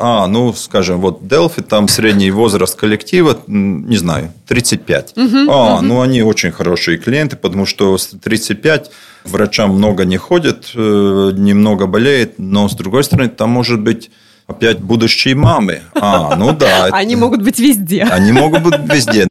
скажем, вот Delphi, там средний возраст коллектива, не знаю, 35. Они очень хорошие клиенты, потому что с 35 врачам много не ходят, немного болеет, но, с другой стороны, там может быть опять будущие мамы. Да. Они могут быть везде. Они могут быть везде.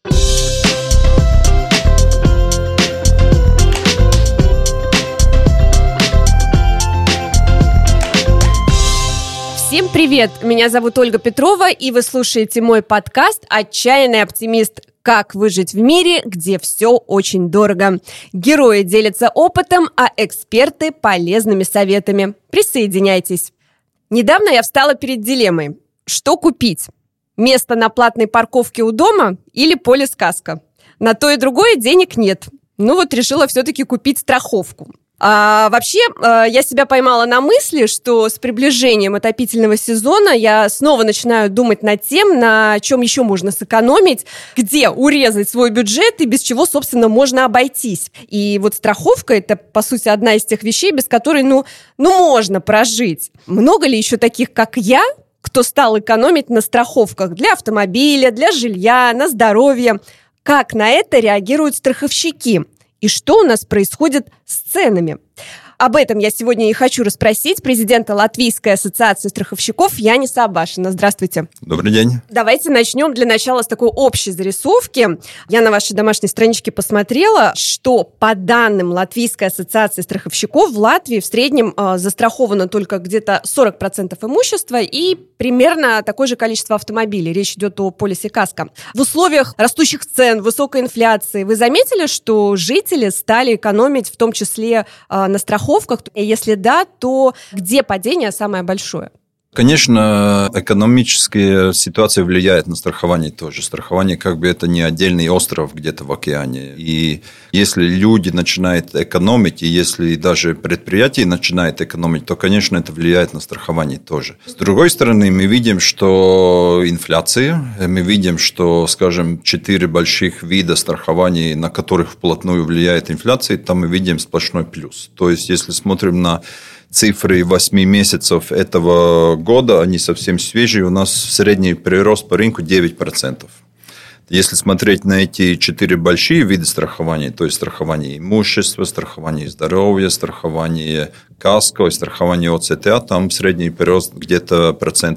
Всем привет! Меня зовут Ольга Петрова, и вы слушаете мой подкаст «Отчаянный оптимист. Как выжить в мире, где все очень дорого». Герои делятся опытом, а эксперты – полезными советами. Присоединяйтесь. Недавно я встала перед дилеммой. Что купить? Место на платной парковке у дома или полис-каско? На то и другое денег нет. Решила все-таки купить страховку. Вообще, я себя поймала на мысли, что с приближением отопительного сезона я снова начинаю думать над тем, на чем еще можно сэкономить, где урезать свой бюджет и без чего, собственно, можно обойтись. И вот страховка – это, по сути, одна из тех вещей, без которой, можно прожить. Много ли еще таких, как я, кто стал экономить на страховках для автомобиля, для жилья, на здоровье? Как на это реагируют страховщики? И что у нас происходит с ценами? Об этом я сегодня и хочу расспросить президента Латвийской ассоциации страховщиков Яниса Абашина. Здравствуйте. Добрый день. Давайте начнем для начала с такой общей зарисовки. Я на вашей домашней страничке посмотрела, что по данным Латвийской ассоциации страховщиков в Латвии в среднем застраховано только где-то 40% имущества и примерно такое же количество автомобилей. Речь идет о полисе каско. В условиях растущих цен, высокой инфляции вы заметили, что жители стали экономить в том числе на страховках? И если да, то где падение самое большое? Конечно, экономическая ситуация влияет на страхование тоже. Страхование это не отдельный остров где-то в океане. И если люди начинают экономить, и если даже предприятие начинает экономить, то, конечно, это влияет на страхование тоже. С другой стороны, мы видим, что инфляция, мы видим, что, скажем, 4 больших вида страхований, на которых вплотную влияет инфляция, там мы видим сплошной плюс. То есть, если смотрим на цифры 8 месяцев этого года, они совсем свежие. У нас средний прирост по рынку 9%. Если смотреть на эти 4 большие виды страхования, то есть страхование имущества, страхование здоровья, страхование каско и страхование ОЦТА, там средний прирост где-то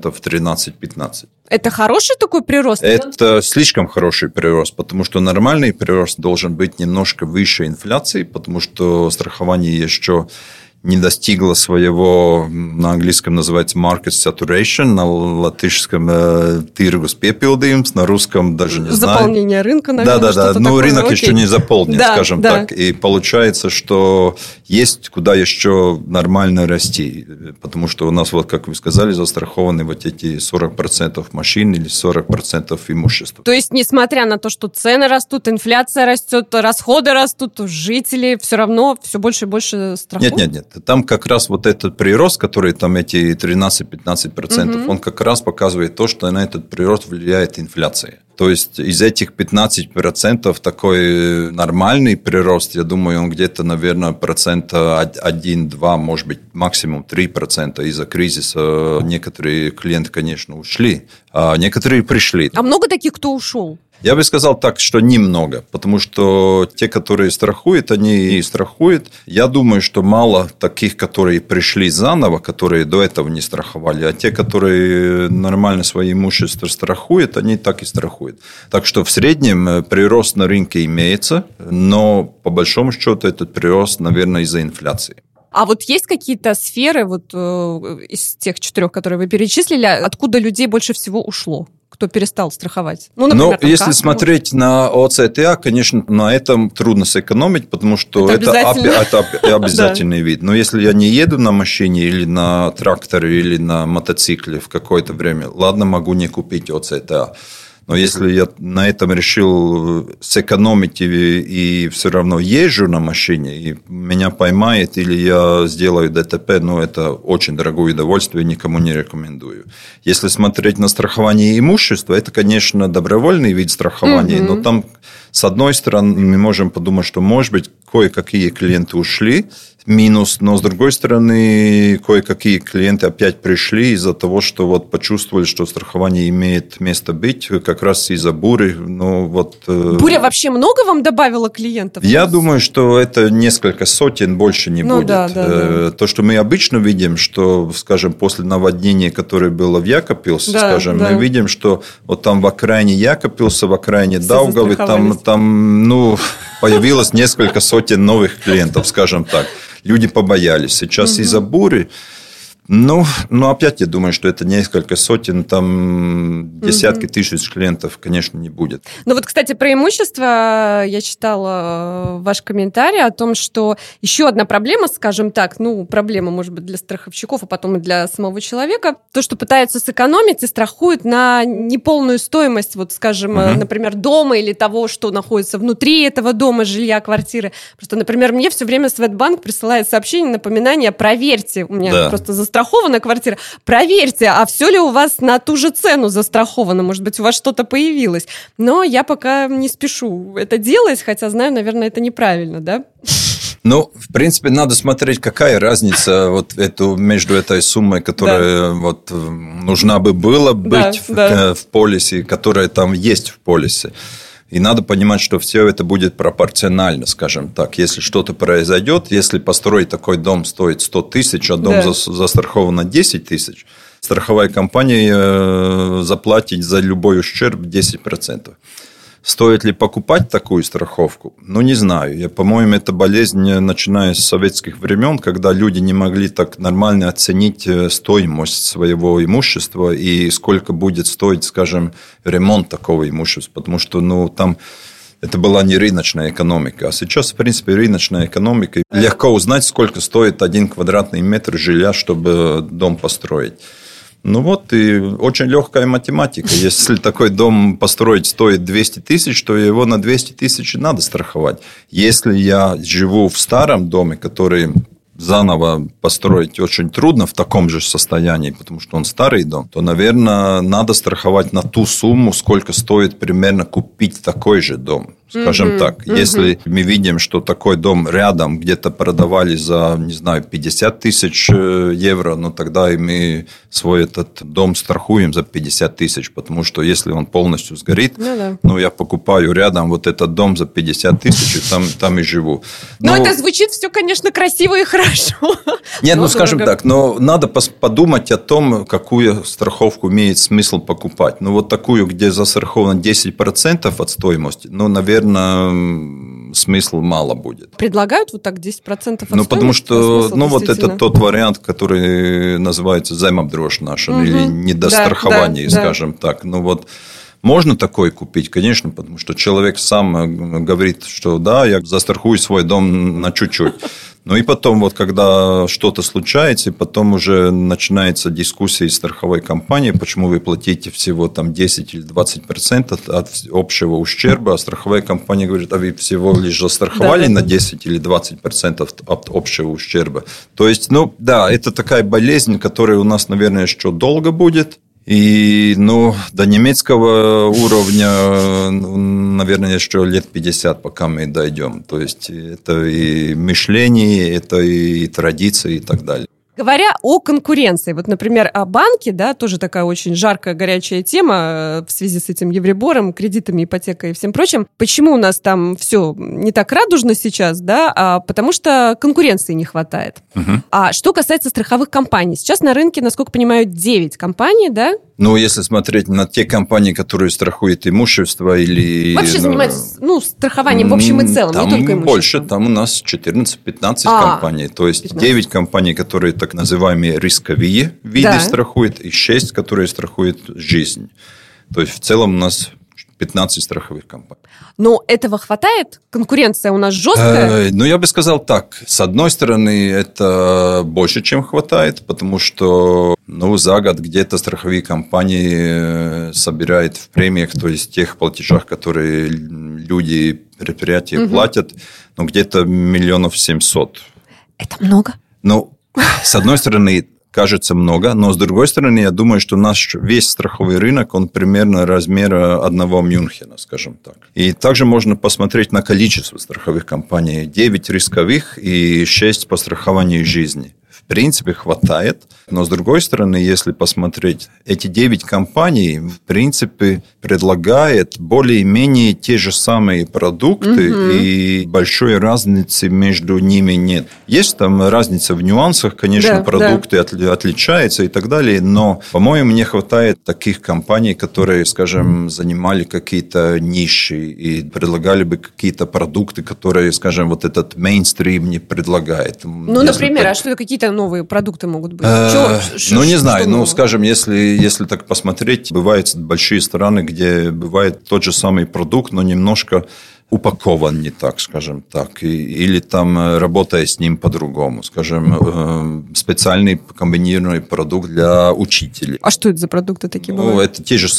13-15%. Это хороший такой прирост? Это слишком хороший прирост, потому что нормальный прирост должен быть немножко выше инфляции, потому что страхование еще не достигла своего, на английском называется market saturation, на латышском tirgus piepildījums, на русском даже не знаю. Заполнение рынка, наверное. Да. Рынок еще не заполнен, скажем так. И получается, что есть куда еще нормально расти, потому что у нас, как вы сказали, застрахованы эти 40% машин или 40% имущества. То есть, несмотря на то, что цены растут, инфляция растет, расходы растут, жители все равно все больше и больше страхуют? Нет. Там как раз этот прирост, который там эти 13-15%, он как раз показывает то, что на этот прирост влияет инфляция. То есть, из этих 15% такой нормальный прирост, я думаю, он где-то, наверное, 1-2%, может быть, максимум 3%. Из-за кризиса некоторые клиенты, конечно, ушли, а некоторые пришли. А много таких, кто ушел? Я бы сказал так, что немного, потому что те, которые страхуют, они и страхуют. Я думаю, что мало таких, которые пришли заново, которые до этого не страховали, а те, которые нормально свое имущество страхуют, они так и страхуют. Так что в среднем прирост на рынке имеется, но по большому счету этот прирост, наверное, из-за инфляции. А есть какие-то сферы из тех 4, которые вы перечислили, откуда людей больше всего ушло? Кто перестал страховать? Например, если смотреть на ОЦТА, конечно, на этом трудно сэкономить, потому что это обязательный вид. Но если я не еду на машине или на тракторе или на мотоцикле в какое-то время, ладно, могу не купить ОЦТА. Но если я на этом решил сэкономить и все равно езжу на машине, и меня поймает или я сделаю ДТП, это очень дорогое удовольствие, никому не рекомендую. Если смотреть на страхование имущества, это, конечно, добровольный вид страхования, но там, с одной стороны, мы можем подумать, что, может быть, кое-какие клиенты ушли, минус. Но, с другой стороны, кое-какие клиенты опять пришли из-за того, что вот почувствовали, что страхование имеет место быть, как раз из-за бури. Буря вообще много вам добавила клиентов? Я думаю, что это несколько сотен, больше не будет. Да. То, что мы обычно видим, что, скажем, после наводнения, которое было в Якобилсе, мы видим, что вот там в окраине Якобилса, в окраине Даугавы, там появилось несколько сотен новых клиентов, скажем так. Люди побоялись. Сейчас из-за бури, опять я думаю, что это несколько сотен, там десятки тысяч клиентов, конечно, не будет. Кстати, про имущество я читала ваш комментарий о том, что еще одна проблема, скажем так, проблема, может быть, для страховщиков, а потом и для самого человека, то, что пытаются сэкономить и страхуют на неполную стоимость, например, дома или того, что находится внутри этого дома, жилья, квартиры. Просто, например, мне все время Светбанк присылает сообщение, напоминание: проверьте, у меня просто застрахована квартира, проверьте, а все ли у вас на ту же цену застраховано, может быть, у вас что-то появилось. Но я пока не спешу это делать, хотя знаю, наверное, это неправильно, да? В принципе, надо смотреть, какая разница между этой суммой, которая нужна бы было быть в полисе, которая там есть в полисе. И надо понимать, что все это будет пропорционально, скажем так. Если что-то произойдет, если построить такой дом стоит 100 тысяч, а дом застрахован 10 тысяч, страховая компания заплатит за любой ущерб 10%. Стоит ли покупать такую страховку? Не знаю. По-моему, это болезнь, начиная с советских времен, когда люди не могли так нормально оценить стоимость своего имущества и сколько будет стоить, скажем, ремонт такого имущества. Потому что там это была не рыночная экономика. А сейчас, в принципе, рыночная экономика. Легко узнать, сколько стоит 1 квадратный метр жилья, чтобы дом построить. И очень легкая математика. Если такой дом построить стоит 200 тысяч, то его на 200 тысяч надо страховать. Если я живу в старом доме, который заново построить очень трудно в таком же состоянии, потому что он старый дом, то, наверное, надо страховать на ту сумму, сколько стоит примерно купить такой же дом. Скажем так, если мы видим, что такой дом рядом где-то продавали за, 50 тысяч евро, тогда и мы свой этот дом страхуем за 50 тысяч, потому что если он полностью сгорит, я покупаю рядом этот дом за 50 тысяч, и там и живу. Это звучит все, конечно, красиво и хорошо. Нет, скажем так, но надо подумать о том, какую страховку имеет смысл покупать. Такую, где застраховано 10% от стоимости, наверное, смысла мало будет. Предлагают так 10% от стоимости? Потому что это тот вариант, который называется взаимообдрошнашен или недострахование, скажем так. Можно такое купить, конечно, потому что человек сам говорит, что я застрахую свой дом на чуть-чуть. И потом, когда что-то случается, и потом уже начинается дискуссия из страховой компании, почему вы платите всего 10 или 20% от общего ущерба, а страховая компания говорит, а вы всего лишь застраховали на 10 или 20% от общего ущерба. То есть, это такая болезнь, которая у нас, наверное, еще долго будет. И, до немецкого уровня, наверное, еще лет 50, пока мы дойдем. То есть, это и мышление, это и традиции и так далее. Говоря о конкуренции, например, о банке, тоже такая очень жаркая, горячая тема в связи с этим евробором, кредитами, ипотекой и всем прочим. Почему у нас там все не так радужно сейчас, потому что конкуренции не хватает. А что касается страховых компаний, сейчас на рынке, насколько понимаю, 9 компаний, да? Если смотреть на те компании, которые страхуют имущество или... Вообще занимаются страхованием в общем и целом, не только имуществом. Больше, там у нас 14-15 компаний. То есть 15. 9 компаний, которые так называемые рисковые виды страхуют, и 6, которые страхуют жизнь. То есть в целом у нас 15 страховых компаний. Но этого хватает? Конкуренция у нас жесткая? Я бы сказал так. С одной стороны, это больше, чем хватает, потому что за год где-то страховые компании собирают в премиях, то есть в тех платежах, которые люди, предприятия платят, где-то 700 000. Это много? С одной стороны, кажется много, но с другой стороны, я думаю, что наш весь страховой рынок, он примерно размера одного Мюнхена, скажем так. И также можно посмотреть на количество страховых компаний. 9 рисковых и 6 по страхованию жизни. В принципе, хватает. Но, с другой стороны, если посмотреть, эти 9 компаний, в принципе, предлагают более-менее те же самые продукты, и большой разницы между ними нет. Есть там разница в нюансах, конечно, продукты отличаются и так далее, но, по-моему, не хватает таких компаний, которые, скажем, занимали какие-то ниши и предлагали бы какие-то продукты, которые, скажем, вот этот мейнстрим не предлагает. Ну, например, а что какие-то новые продукты могут быть? Не знаю. Скажем, если так посмотреть, бывают большие страны, где бывает тот же самый продукт, но немножко упакован не так, скажем так, или там работая с ним по-другому, скажем, специальный комбинированный продукт для учителей. А что это за продукты такие бывают? Это те же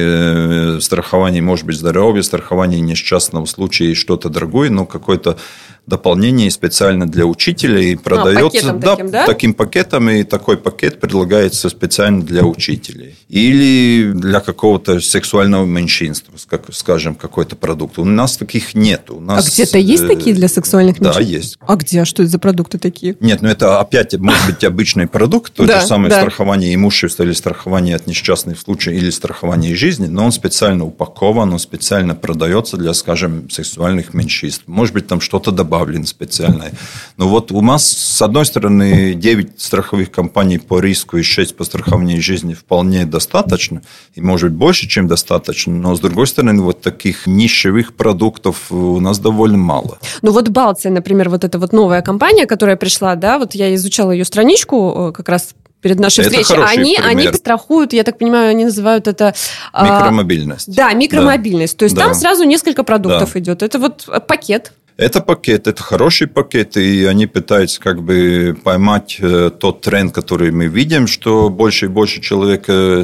самые страхования, может быть, здоровья, страхование несчастного случая и что-то другое, но какое-то дополнение специально для учителей продается таким пакетом, и такой пакет предлагается специально для учителей. Или для какого-то сексуального меньшинства, скажем, какой-то продукт. У нас таких нет. А где-то есть такие для сексуальных меньшинств? Да, есть. А где? А что это за продукты такие? Нет, это опять может быть обычный продукт, то же самое страхование имущества или страхование от несчастных случаев или страхование жизни, но он специально упакован, он специально продается для, скажем, сексуальных меньшинств. Может быть, там что-то добавлено специальное. Но вот у нас, с одной стороны, 9 страховых компаний по риску и 6 по страхованию жизни вполне достаточно, и, может быть, больше, чем достаточно, но, с другой стороны, вот таких нишевых продуктов у нас довольно мало. Ну, вот Baltia, например, вот эта вот новая компания, которая пришла, да, вот я изучала ее страничку как раз перед нашей встречей. Они страхуют, я так понимаю, они называют это... Микромобильность. Да, микромобильность. То есть там сразу несколько продуктов идет. Это вот пакет. Это пакет, это хороший пакет, и они пытаются как бы поймать тот тренд, который мы видим, что больше и больше человек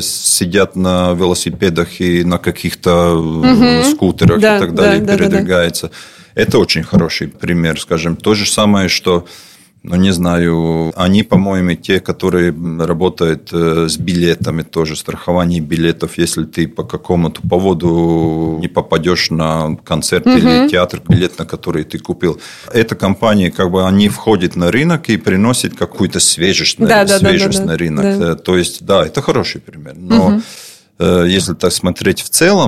сидят на велосипедах и на каких-то скутерах и так далее, передвигаются. Это очень хороший пример, скажем. То же самое, что... не знаю, они, по-моему, те, которые работают с билетами тоже, страхование билетов, если ты по какому-то поводу не попадешь на концерт или театр, билет, на который ты купил. Эта компания, как бы, они входят на рынок и приносят какую-то свежесть на рынок. Да. То есть, это хороший пример. Но если так смотреть в целом,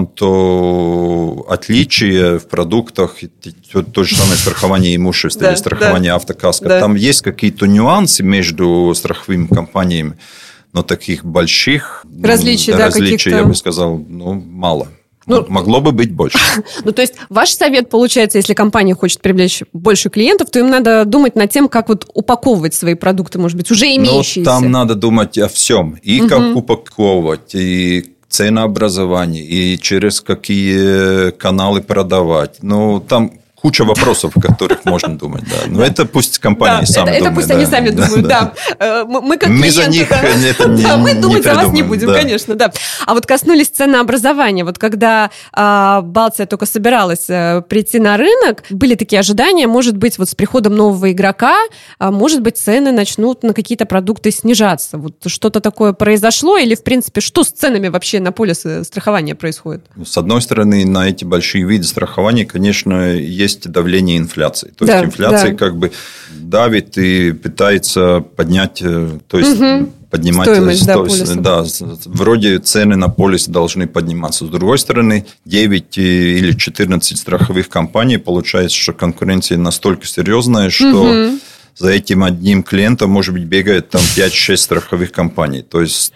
то отличия в продуктах, то же самое страхование имущества или страхование автокаска, там есть какие-то нюансы между страховыми компаниями, но таких больших различий, я бы сказал, мало. Могло бы быть больше. То есть, ваш совет, получается, если компания хочет привлечь больше клиентов, то им надо думать над тем, как вот упаковывать свои продукты, может быть, уже имеющиеся. Там надо думать о всем. И как упаковывать, и ценообразование, и через какие каналы продавать. Там куча вопросов, о которых можно думать. Да. Но это пусть компании сами думают. Это пусть они сами думают, да. Мы как клиенты... за них это не мы думать за вас не будем, конечно, да. А вот коснулись ценообразования. Вот когда Baltia только собиралась прийти на рынок, были такие ожидания, может быть, вот с приходом нового игрока, может быть, цены начнут на какие-то продукты снижаться. Вот что-то такое произошло? Или, в принципе, что с ценами вообще на полисы страхования происходит? С одной стороны, на эти большие виды страхования, конечно, есть давление инфляции. То есть, инфляция как бы давит и пытается поднять, то есть поднимать стоимость. Вроде цены на полис должны подниматься. С другой стороны, 9 или 14 страховых компаний, получается, что конкуренция настолько серьезная, что за этим одним клиентом, может быть, бегает там 5-6 страховых компаний. То есть,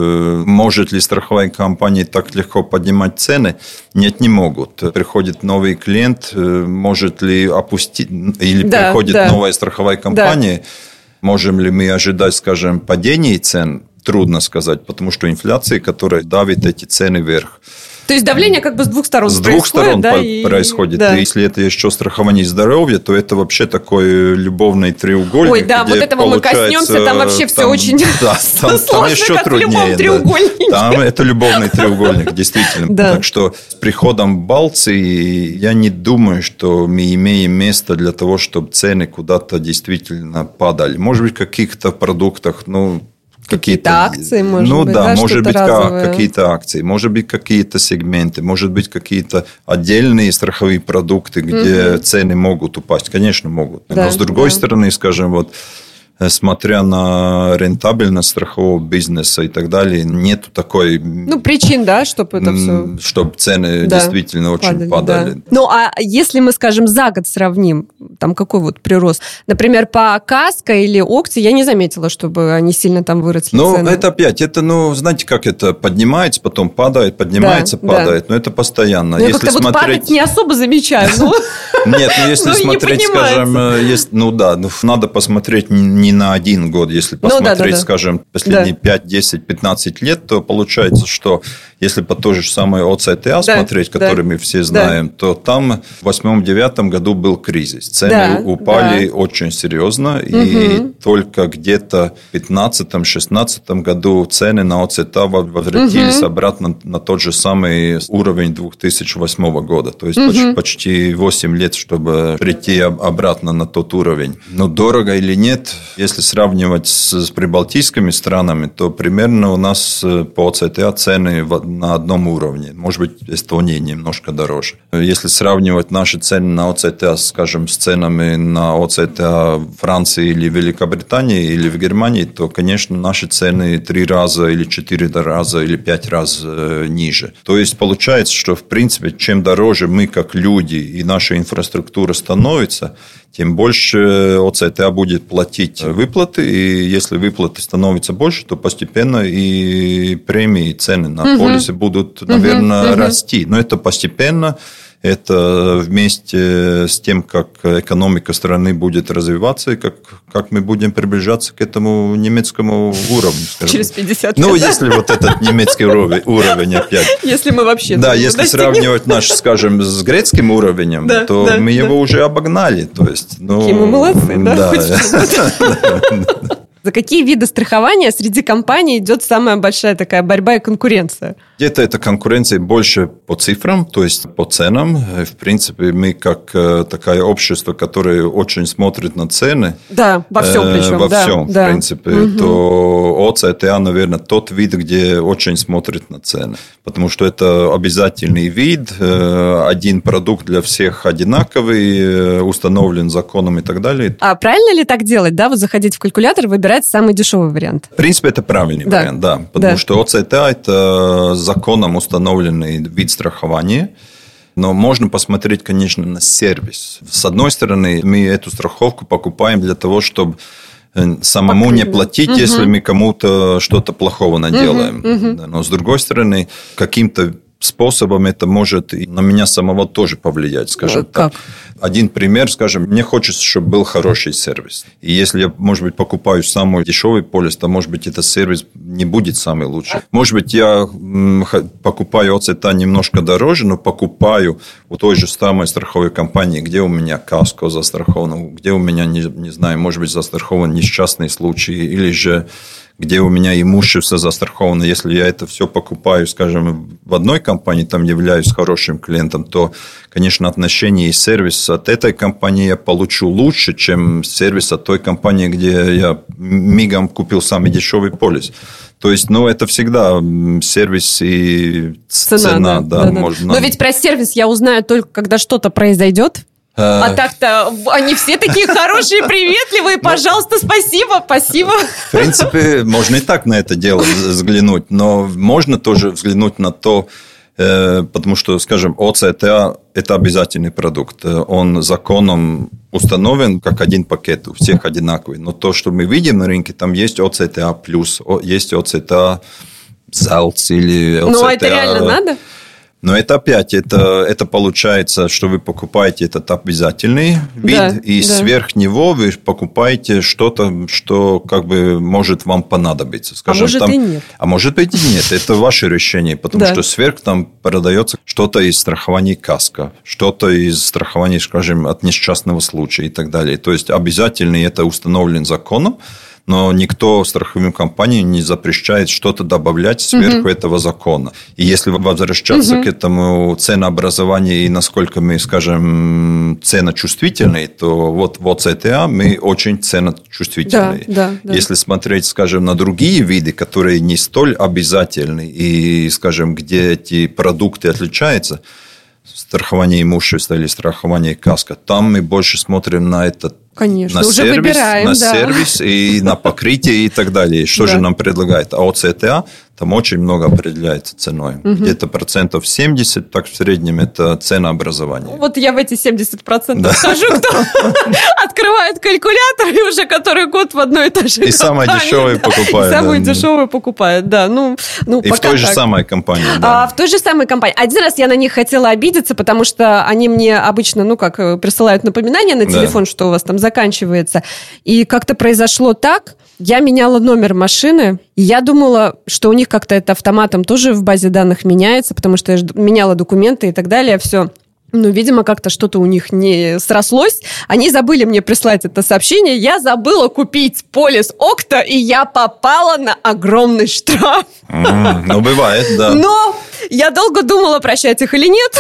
может ли страховая компания так легко поднимать цены? Нет, не могут. Приходит новый клиент, может ли опустить, или приходит новая страховая компания, можем ли мы ожидать, скажем, падения цен? Трудно сказать, потому что инфляция, которая давит эти цены вверх. То есть давление как бы с двух сторон происходит. С двух сторон происходит. И если это еще страхование здоровья, то это вообще такой любовный треугольник. Ой, да, вот этого мы коснемся, там вообще все очень сложно, там еще как труднее, в любом треугольнике. Там это любовный треугольник, действительно. Так что с приходом Baltia я не думаю, что мы имеем место для того, чтобы цены куда-то действительно падали. Может быть, в каких-то продуктах, Какие-то акции, может быть, да, может быть, какие-то акции, может быть, какие-то сегменты, может быть, какие-то отдельные страховые продукты, где цены могут упасть. Конечно, могут. Да, но с другой стороны, скажем, вот, смотря на рентабельность страхового бизнеса и так далее, нету такой... причин, да, чтобы это все... Чтобы цены действительно очень падали. Да. Ну, а если мы, скажем, за год сравним, там какой вот прирост? Например, по Каско или Окти я не заметила, чтобы они сильно там выросли цены. Это опять, знаете, как это поднимается, потом падает, поднимается, падает. Но это постоянно. Я как-то вот падать не особо замечаю. Нет, если смотреть, скажем, надо посмотреть не на один год. Если посмотреть, скажем, последние 5, 10, 15 лет, то получается, что если по той же самой ОЦТА смотреть, который мы все знаем, то там в 2008-2009 году был кризис. Цены упали очень серьезно, и только где-то в 2015-2016 году цены на ОЦТА возвратились обратно на тот же самый уровень 2008 года. То есть почти 8 лет, чтобы прийти обратно на тот уровень. Но дорого или нет, если сравнивать с прибалтийскими странами, то примерно у нас по ОЦТА цены на одном уровне. Может быть, Эстония немножко дороже. Если сравнивать наши цены на ОЦТА, скажем, с ценами на ОЦТА Франции или Великобритании или в Германии, то, конечно, наши цены 3 раза или 4 раза или 5 раз ниже. То есть, получается, что, в принципе, чем дороже мы, как люди, и наша инфраструктура становится, тем больше ОЦТА будет платить выплаты, и если выплаты становятся больше, то постепенно и премии, и цены на полисы будут, наверное, расти. Но это постепенно, это вместе с тем, как экономика страны будет развиваться, и как мы будем приближаться к этому немецкому уровню. Через 50 лет. Если вот этот немецкий уровень опять. Если мы вообще... Да, если сравнивать наш, скажем, с грецким уровнем, то мы его уже обогнали. Какие мы молодцы, да? За какие виды страхования среди компаний идет самая большая такая борьба и конкуренция? Где-то эта конкуренция больше по цифрам, то есть по ценам. В принципе, мы как такое общество, которое очень смотрит на цены. Да, во всем причем. Во всем, в принципе. То ОЦТА, наверное, тот вид, где очень смотрит на цены. Потому что это обязательный вид, один продукт для всех одинаковый, установлен законом и так далее. А правильно ли так делать, да? Вот заходить в калькулятор и выбирать самый дешевый вариант? В принципе, это правильный вариант, да. Потому что ОЦТА – это законом установленный вид страхования. Но можно посмотреть, конечно, на сервис. С одной стороны, мы эту страховку покупаем для того, чтобы самому не платить, если мы кому-то что-то плохого наделаем. Но с другой стороны, каким-то способом это может и на меня самого тоже повлиять, скажем так. Один пример, скажем, мне хочется, чтобы был хороший сервис. И если я, может быть, покупаю самый дешевый полис, то, может быть, этот сервис не будет самый лучший. Может быть, я покупаю ОЦТА немножко дороже, но покупаю у той же самой страховой компании, где у меня каско застраховано, где у меня, не знаю, может быть, застрахован несчастный случай, или же где у меня имущество застраховано. Если я это все покупаю, скажем, в одной компании, там являюсь хорошим клиентом, то, конечно, отношение и сервис от этой компании я получу лучше, чем сервис от той компании, где я мигом купил самый дешевый полис. То есть, это всегда сервис и цена. Да. Можно... Но ведь про сервис я узнаю только, когда что-то произойдет. А так-то они все такие хорошие, приветливые. Пожалуйста, спасибо. В принципе, можно и так на это дело взглянуть. Но можно тоже взглянуть на то, потому что, скажем, ОЦТА – это обязательный продукт. Он законом установлен как один пакет, у всех одинаковый. Но то, что мы видим на рынке, там есть ОЦТА+, есть ОЦТА ЗАЛЦ или ОЦТА... Но это реально надо? Но это опять, это получается, что вы покупаете этот обязательный вид, и сверх него вы покупаете что-то, что как бы может вам понадобиться. Скажем, может и нет. А может быть и нет. Это ваше решение, потому что сверх там продается что-то из страхования каско, что-то из страхования, скажем, от несчастного случая и так далее. То есть обязательный это установлен законом. но никто страховым компаниям не запрещает что-то добавлять сверху этого закона. И если возвращаться к этому ценообразованию и насколько мы, скажем, ценочувствительные, то вот в ОЦТА мы очень ценочувствительные. Да. Если смотреть, скажем, на другие виды, которые не столь обязательны и, скажем, где эти продукты отличаются, страхование имущества или страхование каска, там мы больше смотрим на это. Конечно, на уже сервис, выбираем, на сервис и на покрытие и так далее. Что же нам предлагает? А ОЦТА там очень много определяется ценой. Где-то 70%, так в среднем это ценообразование. Вот я в эти 70% вхожу, кто открывает калькулятор и уже который год в одной и той же компании. И самое дешевое покупает. И самое дешевое покупает, да. И в той же самой компании. В той же самой компании. Один раз я на них хотела обидеться, потому что они мне обычно, присылают напоминания на телефон, что у вас там заканчивается. И как-то произошло так, я меняла номер машины, и я думала, что у них как-то это автоматом тоже в базе данных меняется, потому что я же меняла документы и так далее, все. Видимо, как-то что-то у них не срослось. Они забыли мне прислать это сообщение. Я забыла купить полис Окта, и я попала на огромный штраф. Бывает, да. Но я долго думала, прощать их или нет.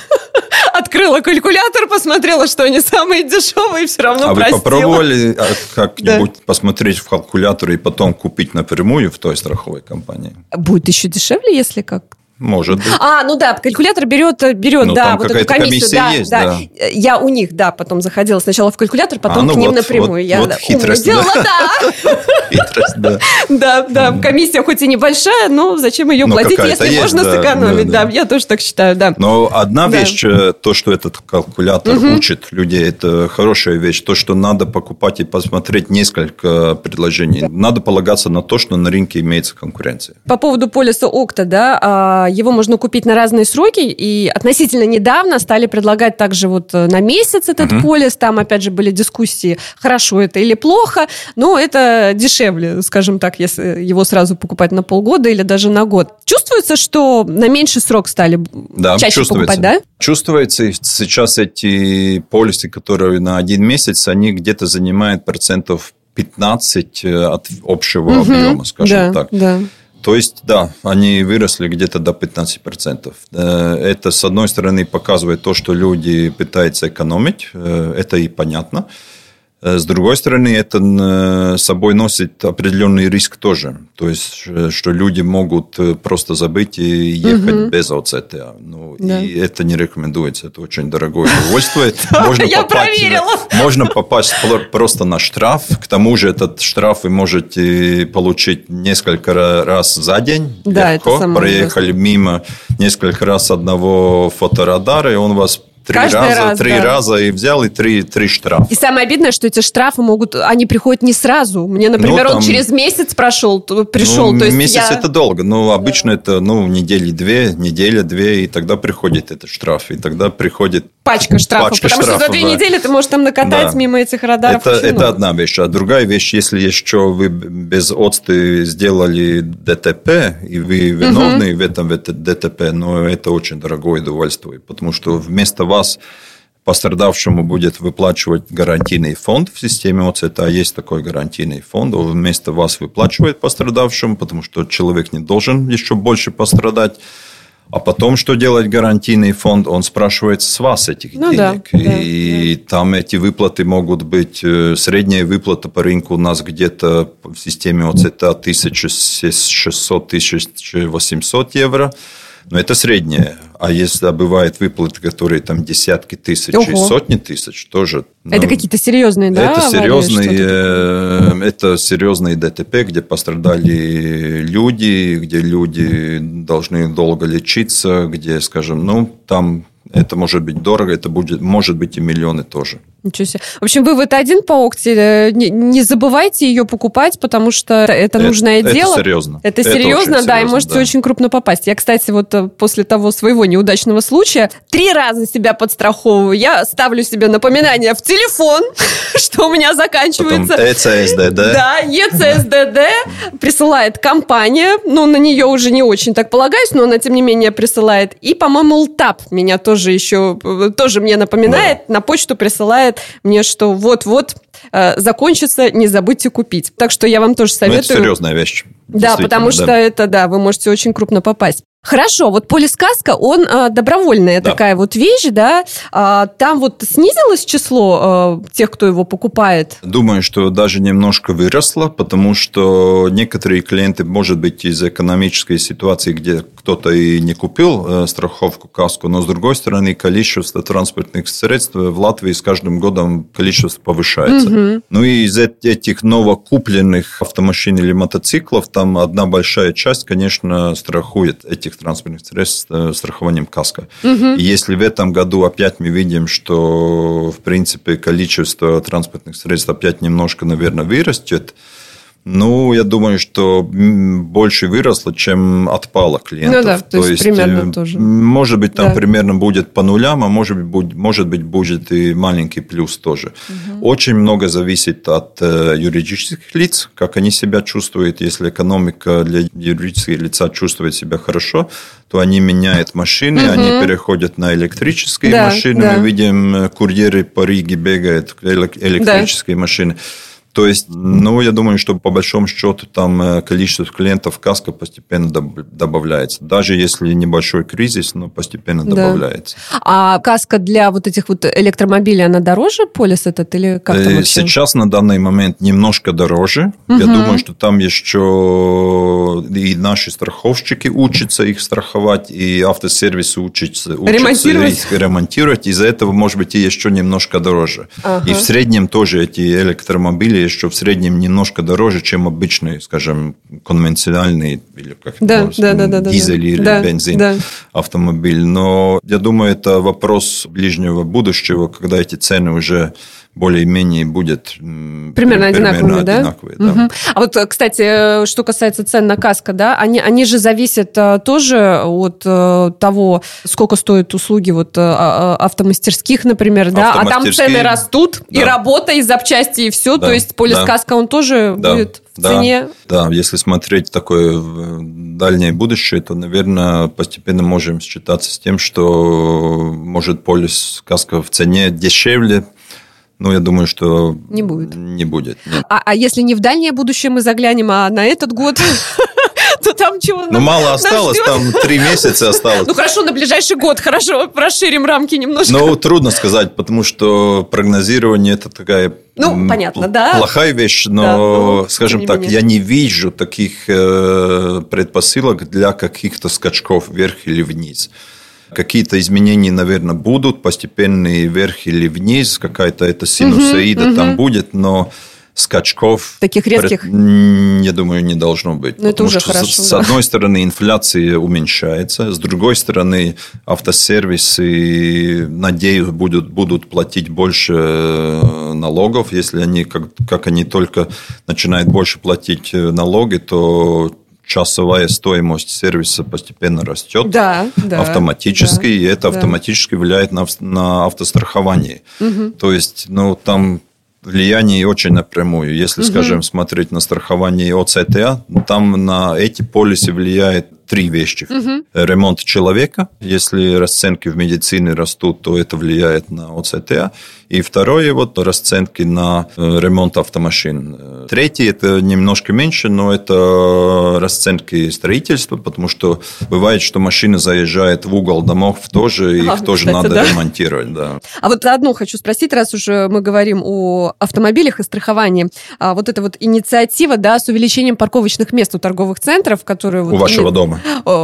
Открыла калькулятор, посмотрела, что они самые дешевые, и все равно простила. Вы попробовали как-нибудь посмотреть в калькулятор и потом купить напрямую в той страховой компании? Будет еще дешевле, если как? Может быть. Калькулятор берет, там вот эту комиссию. Есть, да. Я у них, потом заходила сначала в калькулятор, потом к ним напрямую. Я хитрость, сделала, Хитрость, да. Да, комиссия хоть и небольшая, но зачем ее платить, если можно сэкономить? Да, я тоже так считаю, да. Но одна вещь, то, что этот калькулятор учит людей, это хорошая вещь. То, что надо покупать и посмотреть несколько предложений. Надо полагаться на то, что на рынке имеется конкуренция. По поводу полиса Окта, его можно купить на разные сроки, и относительно недавно стали предлагать также на месяц этот полис. Там, опять же, были дискуссии, хорошо это или плохо, но это дешевле, скажем так, если его сразу покупать на полгода или даже на год. Чувствуется, что на меньший срок стали чаще покупать, да? Чувствуется. Сейчас эти полисы, которые на 1 месяц, они где-то занимают 15% от общего объема, скажем так. Да. То есть, да, они выросли где-то до 15%. Это, с одной стороны, показывает то, что люди пытаются экономить. Это и понятно. С другой стороны, это с собой носит определенный риск тоже. То есть, что люди могут просто забыть и ехать без ОЦТА. И это не рекомендуется. Это очень дорогое удовольствие. Можно попасть просто на штраф. К тому же, этот штраф вы можете получить несколько раз за день. Да, легко. Проехали мимо несколько раз одного фоторадара, и он вас... Три раза и взял, и три штрафа. И самое обидное, что эти штрафы они приходят не сразу. Мне, например, он через месяц пришел. То есть месяц это долго. Обычно это неделя, две, и тогда приходит этот штраф. И тогда приходит пачка штрафов. Потому что за 2 недели ты можешь там накатать мимо этих радаров. Это одна вещь. А другая вещь, если еще вы без ОЦТы сделали ДТП, и вы виновны в этом ДТП, это очень дорогое удовольствие. Потому что вместо вас пострадавшему будет выплачивать гарантийный фонд в системе ОЦТА. Есть такой гарантийный фонд. Он вместо вас выплачивает пострадавшему, потому что человек не должен еще больше пострадать. А потом, что делает гарантийный фонд? Он спрашивает с вас этих денег. И там эти выплаты могут быть... Средняя выплата по рынку у нас где-то в системе ОЦТА 1600-1800 евро. Но это среднее. А если бывают выплаты, которые там десятки тысяч и сотни тысяч, тоже... Это какие-то серьезные, да? Это серьезные ДТП, где пострадали люди, где люди должны долго лечиться, где, скажем, там... Это может быть дорого, это может быть и миллионы тоже. Ничего себе. В общем, вывод один по Окте. Не забывайте ее покупать, потому что это нужное дело. Это серьезно. Это серьезно, да, и можете очень крупно попасть. Я, кстати, после того своего неудачного случая 3 раза себя подстраховываю. Я ставлю себе напоминание в телефон, что у меня заканчивается... Потом ЕЦСДД. Да, ЕЦСДД присылает компания. На нее уже не очень так полагаюсь, но она, тем не менее, присылает. И, по-моему, ЛТАП меня тоже мне напоминает, на почту присылает мне, что вот-вот закончится, не забудьте купить. Так что я вам тоже советую. Это серьезная вещь. Да, потому что это, да, вы можете очень крупно попасть. Хорошо, вот полис Каско, он добровольная такая вот вещь, да? Там вот снизилось число тех, кто его покупает? Думаю, что даже немножко выросло, потому что некоторые клиенты, может быть, из экономической ситуации, где кто-то и не купил страховку Каско, но, с другой стороны, количество транспортных средств в Латвии с каждым годом количество повышается. Угу. Ну и из этих новокупленных автомашин или мотоциклов, там одна большая часть, конечно, страхует этих транспортных средств страхованием Каско. И если в этом году опять мы видим, что, в принципе, количество транспортных средств опять немножко, наверное, вырастет, ну, я думаю, что больше выросло, чем отпало клиентов. Ну да, то есть примерно тоже. Может быть, там примерно будет по нулям, а может быть, будет и маленький плюс тоже. Очень много зависит от юридических лиц, как они себя чувствуют. Если экономика для юридических лица чувствует себя хорошо, то они меняют машины, они переходят на электрические машины. Да. Мы видим, курьеры по Риге бегают, электрические машины. То есть, ну, я думаю, что по большому счету там количество клиентов Каско постепенно добавляется. Даже если небольшой кризис, но постепенно добавляется. А Каско для вот этих вот электромобилей, она дороже, полис этот, или как там вообще? Сейчас на данный момент немножко дороже. Я думаю, что там еще и наши страховщики учатся их страховать, и автосервисы учатся их ремонтировать. Из-за этого, может быть, и еще немножко дороже. И в среднем тоже эти электромобили еще в среднем немножко дороже, чем обычный, скажем, конвенциональный или как дизель или бензин автомобиль. Но я думаю, это вопрос ближнего будущего, когда эти цены уже более-менее будет примерно одинаковыми, да? А вот, кстати, что касается цен на Каско, да, они же зависят тоже от того, сколько стоят услуги вот автомастерских, например, да, а там цены растут, и работа, и запчасти, и все, то есть полис Каско, он тоже будет в цене. Да, если смотреть такое дальнее будущее, то, наверное, постепенно можем считаться с тем, что может полис Каско в цене дешевле. Ну, я думаю, что не будет. Нет. А если не в дальнее будущее мы заглянем, а на этот год, то там чего? Ну, мало осталось, там 3 месяца осталось. Ну, хорошо, на ближайший год, хорошо, расширим рамки немножко. Ну, трудно сказать, потому что прогнозирование – это такая понятно, да. плохая вещь, но, скажем так, я не вижу таких предпосылок для каких-то скачков вверх или вниз. Какие-то изменения, наверное, будут, постепенные вверх или вниз, какая-то эта синусоида там будет, но скачков... Таких резких? Я думаю, не должно быть. Но это уже хорошо. С одной стороны, инфляция уменьшается, с другой стороны, автосервисы, надеюсь, будут платить больше налогов. Если они, как они только начинают больше платить налоги, то часовая стоимость сервиса постепенно растет автоматически, и это автоматически влияет на автострахование. То есть, там влияние очень напрямую. Если, скажем, смотреть на страхование ОЦТА, там на эти полисы влияет 3 вещи. Ремонт человека. Если расценки в медицине растут, то это влияет на ОЦТА. И второе, расценки на ремонт автомашин. Третье, это немножко меньше, но это расценки строительства, потому что бывает, что машина заезжает в угол домов тоже, их тоже надо ремонтировать. Да. А вот одно хочу спросить, раз уже мы говорим о автомобилях и страховании. Вот эта вот инициатива, с увеличением парковочных мест у торговых центров, которые... У вашего дома.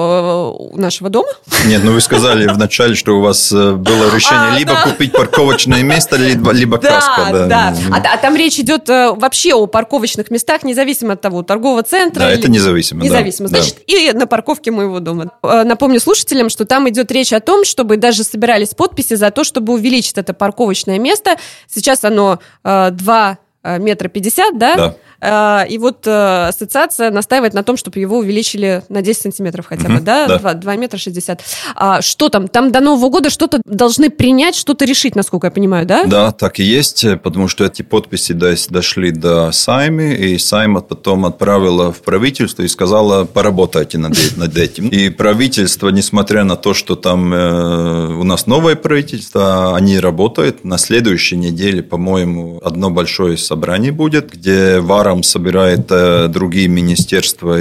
У нашего дома? Нет, вы сказали вначале, что у вас было решение либо купить парковочное место, либо Каско. Да. А там речь идет вообще о парковочных местах, независимо от того, торгового центра. Да, это независимо. Независимо. Значит, и на парковке моего дома. Напомню слушателям, что там идет речь о том, чтобы даже собирались подписи за то, чтобы увеличить это парковочное место. Сейчас оно 2,50 метра, да? И вот ассоциация настаивает на том, чтобы его увеличили на 10 сантиметров хотя бы, да? 2 метра 60. Что там? Там до Нового года что-то должны принять, что-то решить, насколько я понимаю, да? Да, так и есть, потому что эти подписи дошли до Сайми, и Сайма потом отправила в правительство и сказала, поработайте над этим. И правительство, несмотря на то, что там у нас новое правительство, они работают. На следующей неделе, по-моему, одно большое собрание будет, где ВАРАМ собирает другие министерства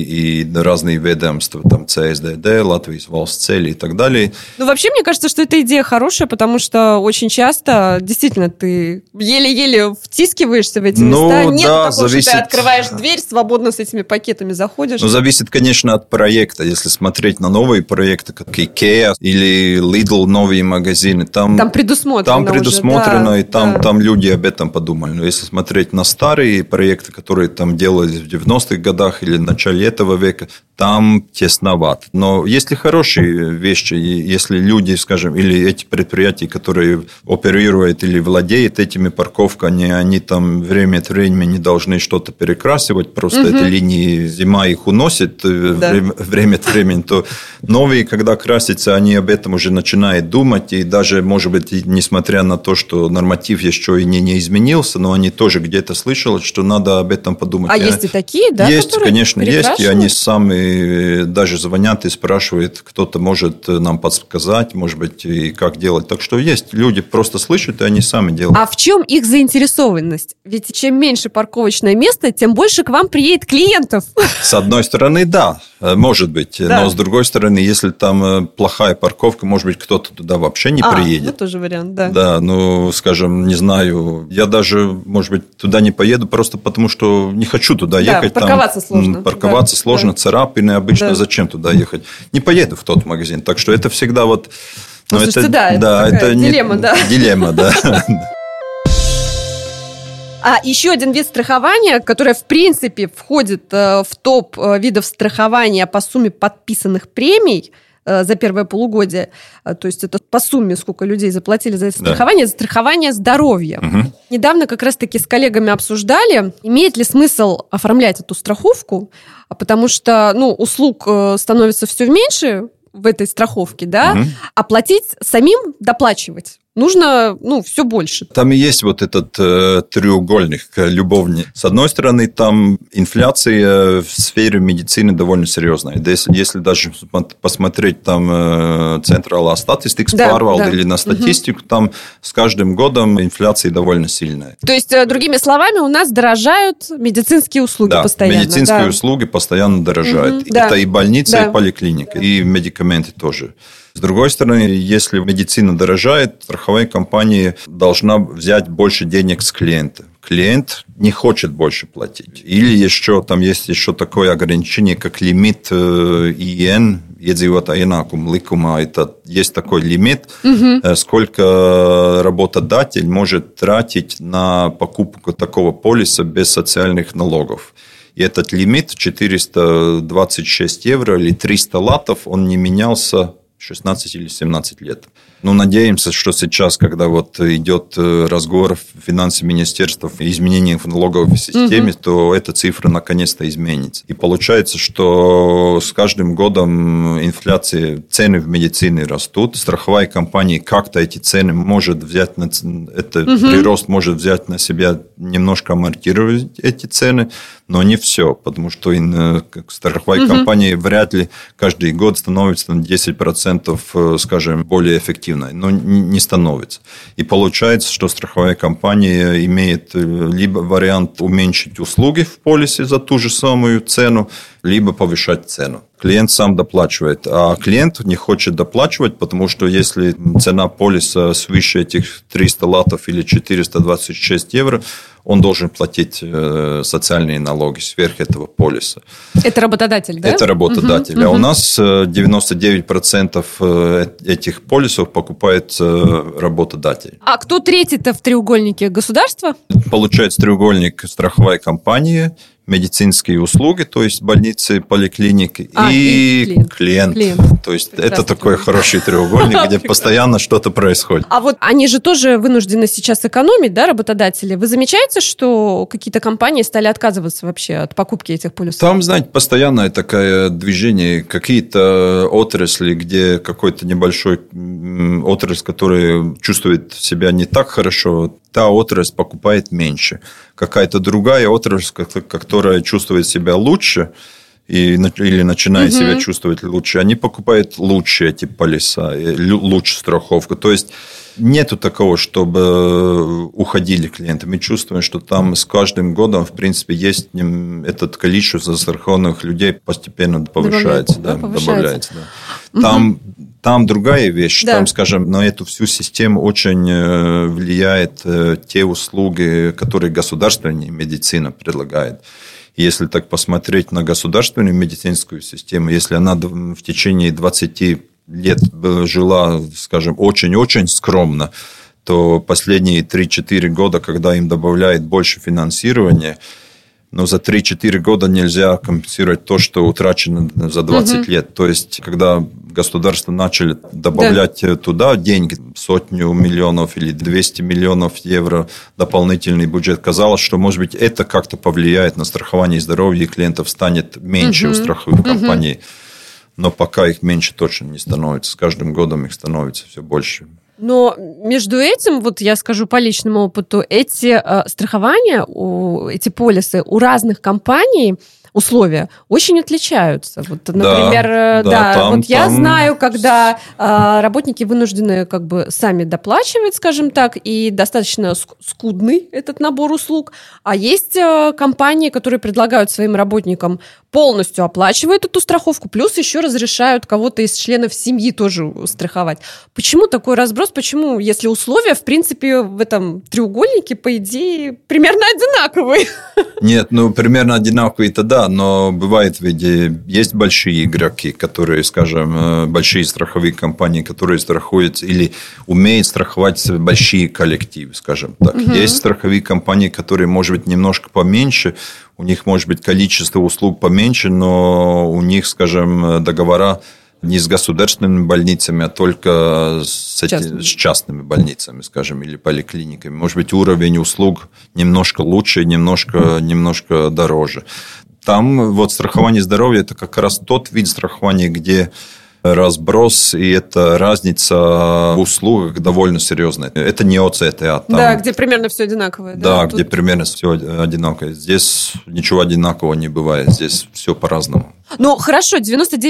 и разные ведомства, там ЦСДД, Латвийс Валстцели и так далее. Ну, вообще, мне кажется, что эта идея хорошая, потому что очень часто, действительно, ты еле-еле втискиваешься в эти места. Нет такого, зависит... что ты открываешь дверь, свободно с этими пакетами заходишь. Ну, зависит, конечно, от проекта. Если смотреть на новые проекты, как IKEA или Lidl, новые магазины, там предусмотрено, уже, и там люди об этом подумали. Но если смотреть на старые проекты, которые там делались в 90-х годах или в начале этого века, там тесновато. Но если хорошие вещи, если люди, скажем, или эти предприятия, которые оперируют или владеют этими парковками, они там время от времени не должны что-то перекрасивать, просто эти линии, зима их уносит время от времени, то новые, когда красятся, они об этом уже начинают думать, и даже, может быть, несмотря на то, что норматив еще и не изменился, но они тоже где-то слышали, что надо об этом подумать. Есть и такие, да? Есть, конечно, есть, и они сами даже звонят и спрашивают, кто-то может нам подсказать, может быть, и как делать. Так что есть, люди просто слышат, и они сами делают. А в чем их заинтересованность? Ведь чем меньше парковочное место, тем больше к вам приедет клиентов. С одной стороны, да, может быть. Да. Но с другой стороны, если там плохая парковка, может быть, кто-то туда вообще не приедет. Ну, тоже вариант, да. Да, ну, скажем, не знаю, я даже, может быть, туда не поеду, просто потому что не хочу туда ехать. Парковаться сложно. Парковаться сложно, царапины обычно, зачем туда ехать? Не поеду в тот магазин. Так что это всегда вот... Ну, слушайте, это дилемма, да. Дилемма, да. А еще один вид страхования, который, в принципе, входит в топ видов страхования по сумме подписанных премий за первое полугодие, то есть это по сумме, сколько людей заплатили за это страхование, это страхование здоровья. Недавно как раз-таки с коллегами обсуждали, имеет ли смысл оформлять эту страховку, потому что услуг становится все меньше в этой страховке, да, а платить самим, доплачивать нужно, все больше. Там и есть вот этот треугольник любовный. С одной стороны, там инфляция в сфере медицины довольно серьезная. Если даже посмотреть там Centrālā Statistikas pārvalde или на статистику, там с каждым годом инфляция довольно сильная. То есть, другими словами, у нас дорожают медицинские услуги постоянно. Медицинские услуги постоянно дорожают. Это и больница, и поликлиника, и медикаменты тоже. С другой стороны, если медицина дорожает, страховая компания должна взять больше денег с клиента. Клиент не хочет больше платить. Или еще там есть еще такое ограничение, как лимит ИН, iedzīvotāju ienākumu likumā. Это есть такой лимит, сколько работодатель может тратить на покупку такого полиса без социальных налогов. И этот лимит 426 евро или 300 латов, он не менялся 16 или 17 лет. Надеемся, что сейчас, когда вот идет разговор в финансовом министерстве о изменениях в налоговой системе, то эта цифра наконец-то изменится. И получается, что с каждым годом инфляция, цены в медицине растут, страховая компания как-то эти цены может взять, прирост может взять на себя, немножко амортизировать эти цены, но не все, потому что страховая компания вряд ли каждый год становится на 10%, скажем, более эффективной. Но не становится. И получается, что страховая компания имеет либо вариант уменьшить услуги в полисе за ту же самую цену, либо повышать цену. Клиент сам доплачивает, а клиент не хочет доплачивать, потому что если цена полиса свыше этих 300 латов или 426 евро, он должен платить социальные налоги сверх этого полиса. Это работодатель, да? Это работодатель. А у нас 99% этих полисов покупает работодатель. А кто третий-то в треугольнике? Государство? Получается треугольник страховая компания, медицинские услуги, то есть больницы, поликлиники, и клиент. То есть это такой хороший треугольник, где постоянно что-то происходит. А вот они же тоже вынуждены сейчас экономить, да, работодатели? Вы замечаете, что какие-то компании стали отказываться вообще от покупки этих полюсов? Там, знаете, постоянное такое движение. Какие-то отрасли, где какой-то небольшой отрасль, которая чувствует себя не так хорошо, та отрасль покупает меньше. Какая-то другая отрасль, которая чувствует себя лучше или начинает себя чувствовать лучше, они покупают лучше эти полиса, лучше страховку. То есть нету такого, чтобы уходили клиенты. Мы чувствуем, что там с каждым годом, в принципе, есть этот количество застрахованных людей постепенно повышается. Добавляется. Там другая вещь. Да. Там, скажем, на эту всю систему очень влияет те услуги, которые государственная медицина предлагает. Если так посмотреть на государственную медицинскую систему, если она в течение 20 лет жила, скажем, очень-очень скромно, то последние 3-4 года, когда им добавляют больше финансирования, но за 3-4 года нельзя компенсировать то, что утрачено за 20 лет. То есть, когда государство начали добавлять туда деньги, 100 миллионов или 200 миллионов евро дополнительный бюджет, казалось, что, может быть, это как-то повлияет на страхование здоровья, и клиентов станет меньше у страховых компаний. Но пока их меньше точно не становится. С каждым годом их становится все больше. Но между этим, вот я скажу по личному опыту, эти страхования, эти полисы у разных компаний, условия очень отличаются. Вот, например, я знаю, когда работники вынуждены как бы сами доплачивать, скажем так, и достаточно скудный этот набор услуг. А есть компании, которые предлагают своим работникам полностью оплачивать эту страховку, плюс еще разрешают кого-то из членов семьи тоже страховать. Почему такой разброс? Почему, если условия, в принципе, в этом треугольнике, по идее, примерно одинаковые? Нет, примерно одинаковые-то да, но бывает, ведь есть большие игроки, которые, скажем, большие страховые компании, которые страхуют или умеют страховать большие коллективы, скажем так. Есть страховые компании, которые, может быть, немножко поменьше, у них, может быть, количество услуг поменьше, но у них, скажем, договора не с государственными больницами, а только с частными больницами, скажем, или поликлиниками. Может быть, уровень услуг немножко лучше, немножко дороже. Там вот страхование здоровья – это как раз тот вид страхования, где разброс, и эта разница в услугах довольно серьезная. Это не ОЦТА. Да, где примерно все одинаковое. Да, где примерно все одинаковое. Здесь ничего одинакового не бывает. Здесь все по-разному. Ну, хорошо,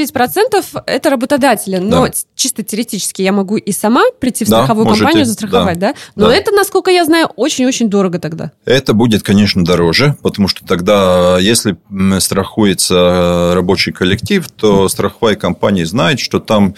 99% это работодатели, но чисто теоретически я могу и сама прийти в страховую компанию застраховать, да? Но это, насколько я знаю, очень-очень дорого тогда. Это будет, конечно, дороже, потому что тогда, если страхуется рабочий коллектив, то страховая компания знает, что там,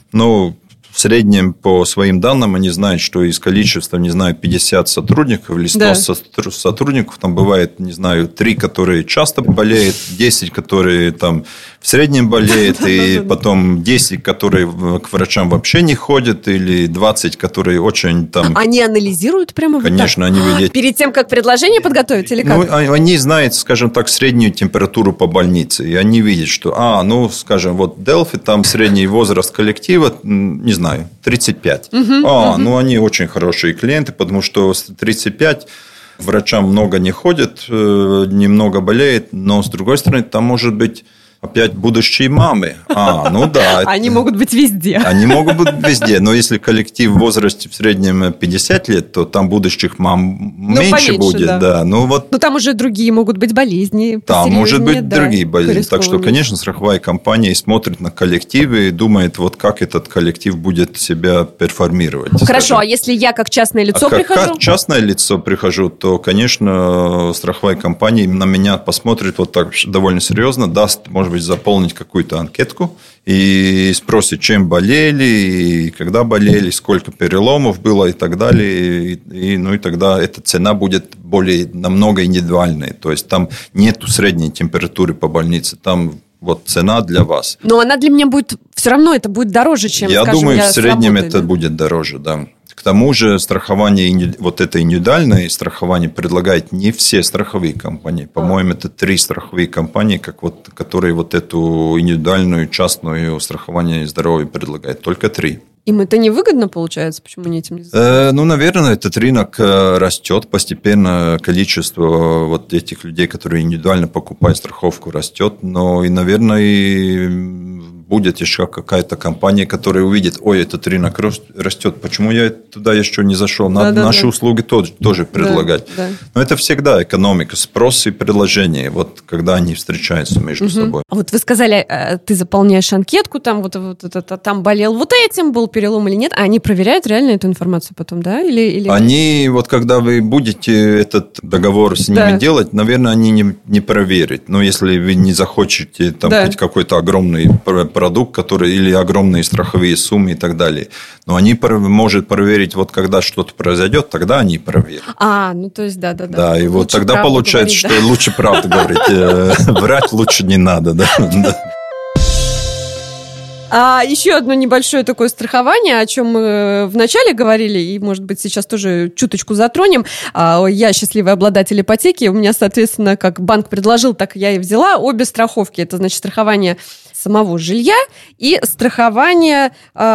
в среднем, по своим данным, они знают, что из количества, 50 сотрудников или 100 сотрудников, там бывает, 3, которые часто болеют, 10, которые там в среднем болеют, и потом 10, которые к врачам вообще не ходят, или 20, которые очень там... Они анализируют прямо? Конечно, они видят. Перед тем, как предложение подготовить, или как? Они знают, скажем так, среднюю температуру по больнице, и они видят, что, скажем, вот Delphi, там средний возраст коллектива, не знаю, 35. Они очень хорошие клиенты, потому что с 35 врачам много не ходят, немного болеет, но, с другой стороны, там может быть опять будущие мамы. Они могут быть везде. Они могут быть везде, но если коллектив в возрасте в среднем 50 лет, то там будущих мам меньше будет. Да. Но там уже другие могут быть болезни. Там может быть другие болезни. Так что, конечно, страховая компания смотрит на коллективы и думает, как этот коллектив будет себя перформировать. Хорошо, а если я как частное лицо прихожу? Как частное лицо прихожу, то, конечно, страховая компания на меня посмотрит так довольно серьезно, даст, может быть, заполнить какую-то анкетку и спросит, чем болели, и когда болели, сколько переломов было и так далее. И тогда эта цена будет намного индивидуальной. То есть, там нету средней температуры по больнице. Там Вот цена для вас. Но она для меня будет, все равно это будет дороже, чем, я скажем, думаю, я в среднем работой, это будет дороже, да. К тому же страхование, вот это индивидуальное страхование предлагает не все страховые компании. По-моему, это 3 страховые компании, которые вот эту индивидуальную частную страхование здоровья предлагают. Только 3. Им это невыгодно, получается? Почему они этим не занимаются? Наверное, этот рынок растет постепенно, количество вот этих людей, которые индивидуально покупают страховку, растет. Но и, наверное, будет еще какая-то компания, которая увидит, этот рынок растет, почему я туда еще не зашел? Надо наши услуги тоже предлагать. Да. Но это всегда экономика, спрос и предложение, вот когда они встречаются между собой. А вот вы сказали, ты заполняешь анкетку, там там болел вот этим, был перелом или нет, а они проверяют реально эту информацию потом, да? Или... Они, вот когда вы будете этот договор с ними делать, наверное, они не проверят. Но если вы не захотите там какой-то огромный продукт, который или огромные страховые суммы и так далее. Но они могут проверить, вот когда что-то произойдет, тогда они проверят. То есть, да. Да, и вот тогда получается, что лучше правду говорить. Врать лучше не надо, да. А еще одно небольшое такое страхование, о чем мы вначале говорили, и, может быть, сейчас тоже чуточку затронем. Я счастливый обладатель ипотеки, у меня, соответственно, как банк предложил, так я и взяла обе страховки. Это, значит, страхование самого жилья и страхование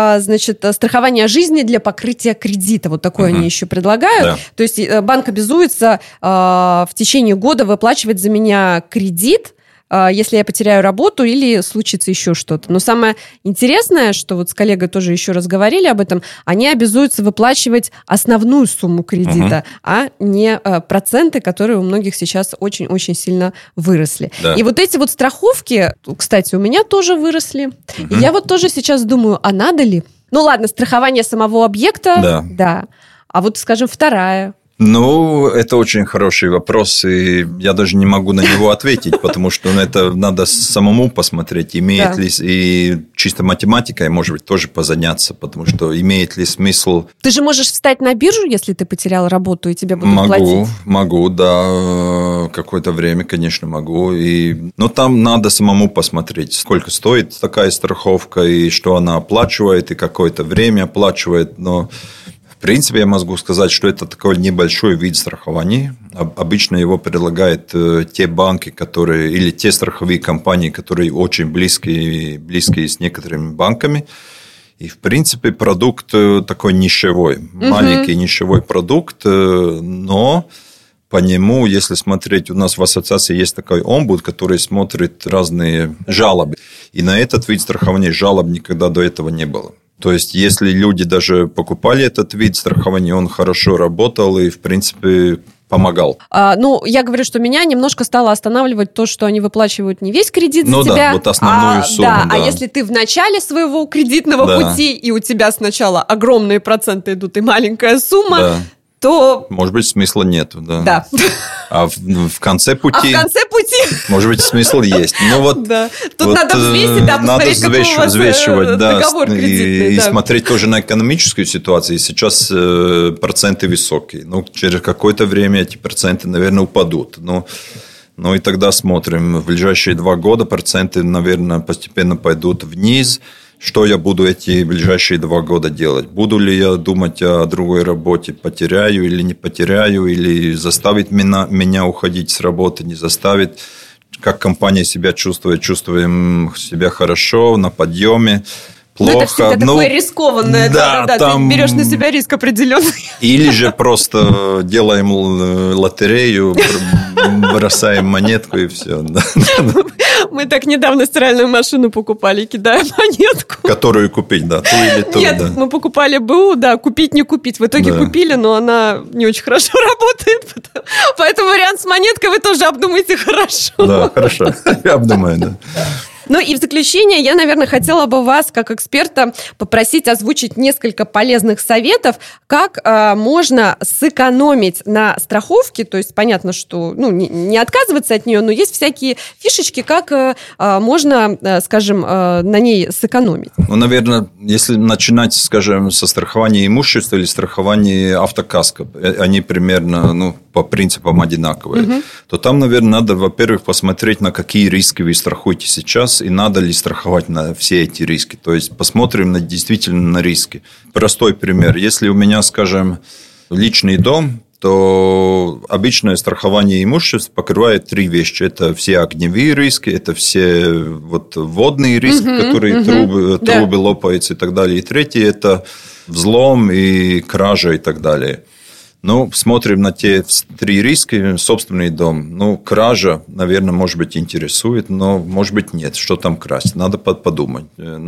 жизни для покрытия кредита. Вот такое они еще предлагают. Да. То есть банк обязуется в течение года выплачивать за меня кредит, если я потеряю работу или случится еще что-то. Но самое интересное, что вот с коллегой тоже еще раз говорили об этом, они обязуются выплачивать основную сумму кредита, а не проценты, которые у многих сейчас очень-очень сильно выросли. Да. И вот эти вот страховки, кстати, у меня тоже выросли. И я вот тоже сейчас думаю, а надо ли? Ну ладно, страхование самого объекта, да. А вот, скажем, вторая... Это очень хороший вопрос, и я даже не могу на него ответить, потому что это надо самому посмотреть, имеет ли, и чисто математикой, может быть, тоже позаняться, потому что имеет ли смысл... Ты же можешь встать на биржу, если ты потерял работу, и тебе будут платить? Могу, да, какое-то время, конечно, могу, но там надо самому посмотреть, сколько стоит такая страховка, и что она оплачивает, и какое-то время оплачивает, но... В принципе, я могу сказать, что это такой небольшой вид страхования. Обычно его предлагают те банки, или те страховые компании, которые очень близкие с некоторыми банками. И, в принципе, продукт такой нишевой, маленький нишевой продукт, но по нему, если смотреть, у нас в ассоциации есть такой омбуд, который смотрит разные жалобы. И на этот вид страхования жалоб никогда до этого не было. То есть, если люди даже покупали этот вид страхования, он хорошо работал и, в принципе, помогал. Я говорю, что меня немножко стало останавливать то, что они выплачивают не весь кредит за тебя. Вот основную сумму. А если ты в начале своего кредитного пути, и у тебя сначала огромные проценты идут и маленькая сумма, то... Может быть, смысла нету, да. Да. А в конце пути... Может быть, смысл есть. Тут надо взвесить, посмотреть, какой у вас договор кредитный. И смотреть тоже на экономическую ситуацию. Сейчас проценты высокие. Через какое-то время эти проценты, наверное, упадут. И тогда смотрим. В ближайшие 2 года проценты, наверное, постепенно пойдут вниз. Что я буду эти ближайшие 2 года делать? Буду ли я думать о другой работе? Потеряю или не потеряю? Или заставит меня уходить с работы? Не заставит? Как компания себя чувствует? Чувствуем себя хорошо, на подъеме? Плохо. Это всегда такое рискованное. Ты берешь на себя риск определенный. Или же просто делаем лотерею, бросаем монетку и все. Мы так недавно стиральную машину покупали, кидаем монетку. Которую купить, ту или ту. Нет, мы покупали БУ, купить, не купить. В итоге купили, но она не очень хорошо работает. Поэтому вариант с монеткой вы тоже обдумайте хорошо. Да, хорошо. Я обдумаю, да. И в заключение я, наверное, хотела бы вас, как эксперта, попросить озвучить несколько полезных советов, как можно сэкономить на страховке. То есть понятно, что не отказываться от нее, но есть всякие фишечки, как можно, скажем, на ней сэкономить. Наверное, Если начинать, скажем, со страхования имущества или страхования автокаска, они примерно по принципам одинаковые, то там, наверное, надо, во-первых, посмотреть, на какие риски вы страхуете сейчас, и надо ли страховать на все эти риски. То есть, посмотрим действительно на риски. Простой пример. Если у меня, скажем, личный дом, то обычное страхование имущества покрывает 3 вещи. Это все огневые риски, это все водные риски, которые трубы лопаются и так далее. И третье – это взлом и кража и так далее. Смотрим на те 3 риска. Собственный дом. Кража, наверное, может быть, интересует, но, может быть, нет. Что там красть? Надо подумать.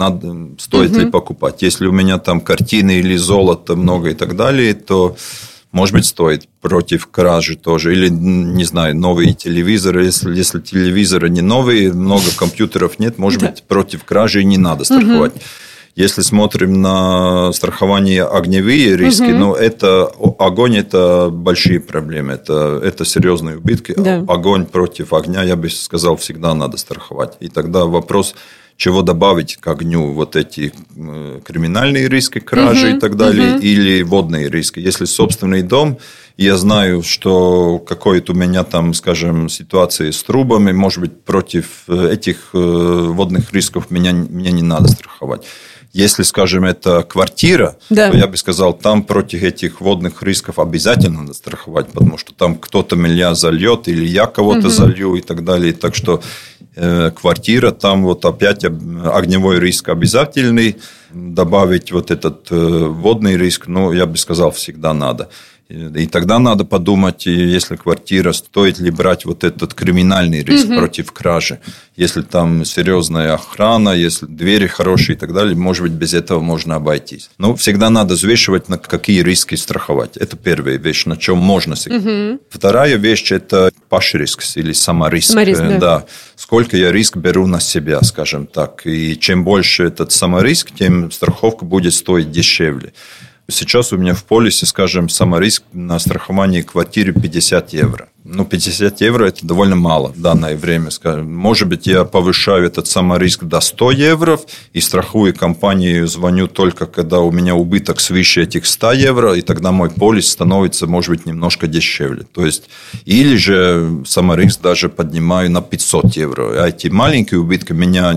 Стоит ли покупать. Если у меня там картины или золото много и так далее, то... Может быть, стоит против кражи тоже. Или, не знаю, новые телевизоры. Если телевизоры не новые, много компьютеров нет, может быть, против кражи не надо страховать. Если смотрим на страхование огневые риски, огонь – это большие проблемы, это серьезные убытки. Да. Огонь против огня, я бы сказал, всегда надо страховать. И тогда вопрос... Чего добавить к огню? Эти криминальные риски, кражи и так далее, или водные риски. Если собственный дом, я знаю, что какой-то у меня там, скажем, ситуация с трубами, может быть, против этих водных рисков меня не надо страховать. Если, скажем, это квартира, то я бы сказал, там против этих водных рисков обязательно надо страховать, потому что там кто-то меня зальет, или я кого-то залью и так далее. Так что квартира, там опять огневой риск обязательный, добавить этот водный риск, я бы сказал, всегда надо. И тогда надо подумать, если квартира, стоит ли брать этот криминальный риск против кражи. Если там серьезная охрана, если двери хорошие и так далее, может быть, без этого можно обойтись. Всегда надо взвешивать, на какие риски страховать. Это первая вещь, на чем можно страховать. Вторая вещь – это паш-риск или самориск. Да. Сколько я риск беру на себя, скажем так. И чем больше этот самориск, тем страховка будет стоить дешевле. Сейчас у меня в полисе, скажем, самориск на страховании квартиры 50 евро. 50 евро – это довольно мало в данное время. Скажем. Может быть, я повышаю этот самориск до 100 евро и страхую компанию, звоню только, когда у меня убыток свыше этих 100 евро, и тогда мой полис становится, может быть, немножко дешевле. То есть, или же самориск даже поднимаю на 500 евро. А эти маленькие убытки меня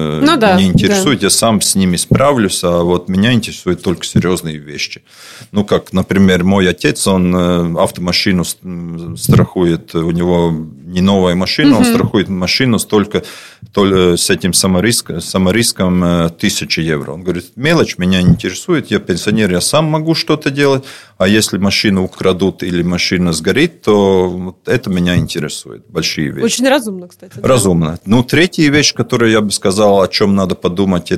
не интересуют, я сам с ними справлюсь, а меня интересуют только серьезные вещи. Как, например, мой отец, он автомашину страхует, у него не новая машина, он страхует машину только с этим самориском 1000 евро. Он говорит, мелочь меня не интересует, я пенсионер, я сам могу что-то делать, а если машину украдут или машина сгорит, то это меня интересует, большие вещи. Очень разумно, кстати. Разумно. Третья вещь, которую я бы сказал, о чем надо подумать,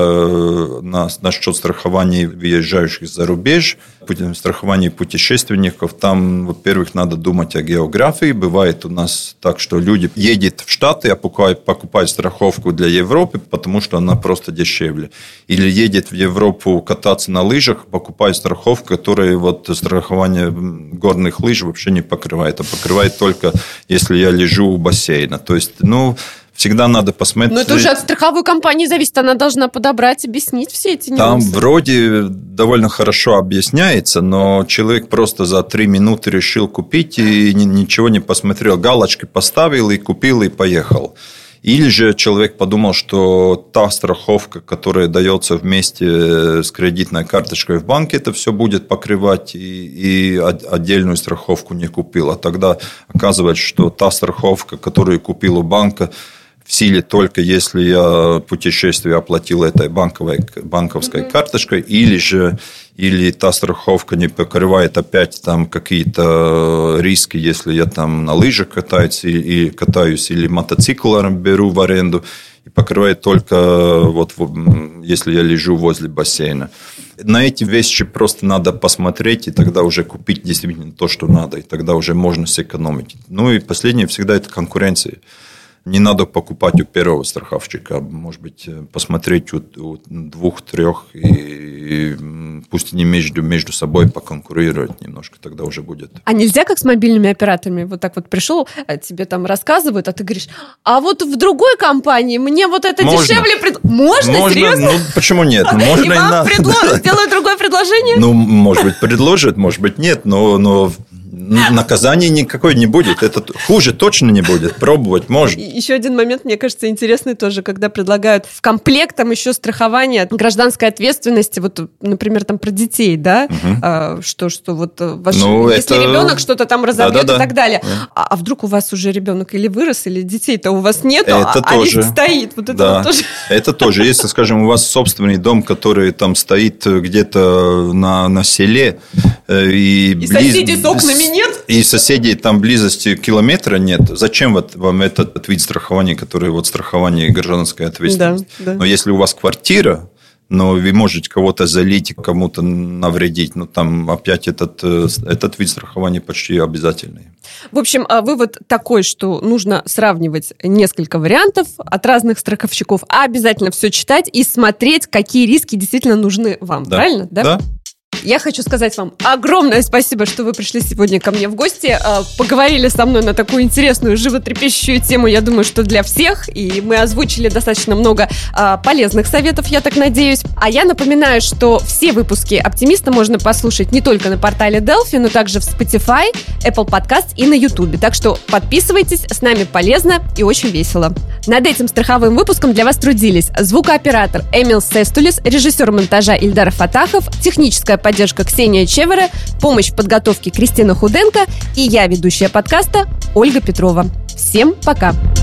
это насчет страхования въезжающих за рубеж, страхования путешественников. Там, во-первых, надо думать о географии. Бывает у нас так, что люди едут в Штаты, а покупают страховку для Европы, потому что она просто дешевле. Или едет в Европу кататься на лыжах, покупает страховку, которая страхование горных лыж вообще не покрывает, а покрывает только, если я лежу у бассейна. То есть, всегда надо посмотреть. Но это уже от страховой компании зависит. Она должна подобрать, объяснить все эти нюансы. Там вроде довольно хорошо объясняется, но человек просто за 3 минуты решил купить и ничего не посмотрел. Галочки поставил и купил, и поехал. Или же человек подумал, что та страховка, которая дается вместе с кредитной карточкой в банке, это все будет покрывать, и отдельную страховку не купил. А тогда оказывается, что та страховка, которую купил у банка, в силе только если я путешествие оплатил этой банковской карточкой, или та страховка не покрывает опять там какие-то риски, если я там на лыжах катаюсь, или мотоцикл беру в аренду, и покрывает только если я лежу возле бассейна. На эти вещи просто надо посмотреть, и тогда уже купить действительно то, что надо, и тогда уже можно сэкономить. И последнее всегда это конкуренция. Не надо покупать у первого страховщика, может быть, посмотреть у 2-3 и пусть они между собой поконкурировать немножко, тогда уже будет. А нельзя, как с мобильными операторами, вот так вот пришел, тебе там рассказывают, а ты говоришь, а вот в другой компании мне вот это дешевле... Можно? Серьезно? Ну, почему нет? Можно и вам сделают другое предложение? Ну, может быть, предложат, может быть, нет, но наказания никакой не будет. Это хуже точно не будет. Пробовать можно. Еще один момент, мне кажется, интересный тоже, когда предлагают в комплект там еще страхование гражданской ответственности, вот, например, там про детей, да? Что вот если ребенок что-то там разобьет и так далее. А вдруг у вас уже ребенок или вырос, или детей-то у вас нету, а риск стоит. Вот это вот тоже. Это тоже. Если, скажем, у вас собственный дом, который там стоит где-то на селе, и соседей с окнами нет? И соседей там близости километра нет. Зачем вам этот вид страхования, который вот страхование гражданской ответственности? Да. Но если у вас квартира, но вы можете кого-то залить, кому-то навредить, но там опять этот вид страхования почти обязательный. В общем, вывод такой, что нужно сравнивать несколько вариантов от разных страховщиков, а обязательно все читать и смотреть, какие риски действительно нужны вам. Да. Правильно? Да. Я хочу сказать вам огромное спасибо, что вы пришли сегодня ко мне в гости, поговорили со мной на такую интересную, животрепещущую тему, я думаю, что для всех, и мы озвучили достаточно много полезных советов, я так надеюсь. А я напоминаю, что все выпуски «Оптимиста» можно послушать не только на портале Delphi, но также в Spotify, Apple Podcast и на YouTube. Так что подписывайтесь, с нами полезно и очень весело. Над этим страховым выпуском для вас трудились звукооператор Эмил Сестулис, режиссер монтажа Ильдар Фатахов, техническая поддержка Ксения Чевера, помощь в подготовке Кристина Худенко и я, ведущая подкаста, Ольга Петрова. Всем пока!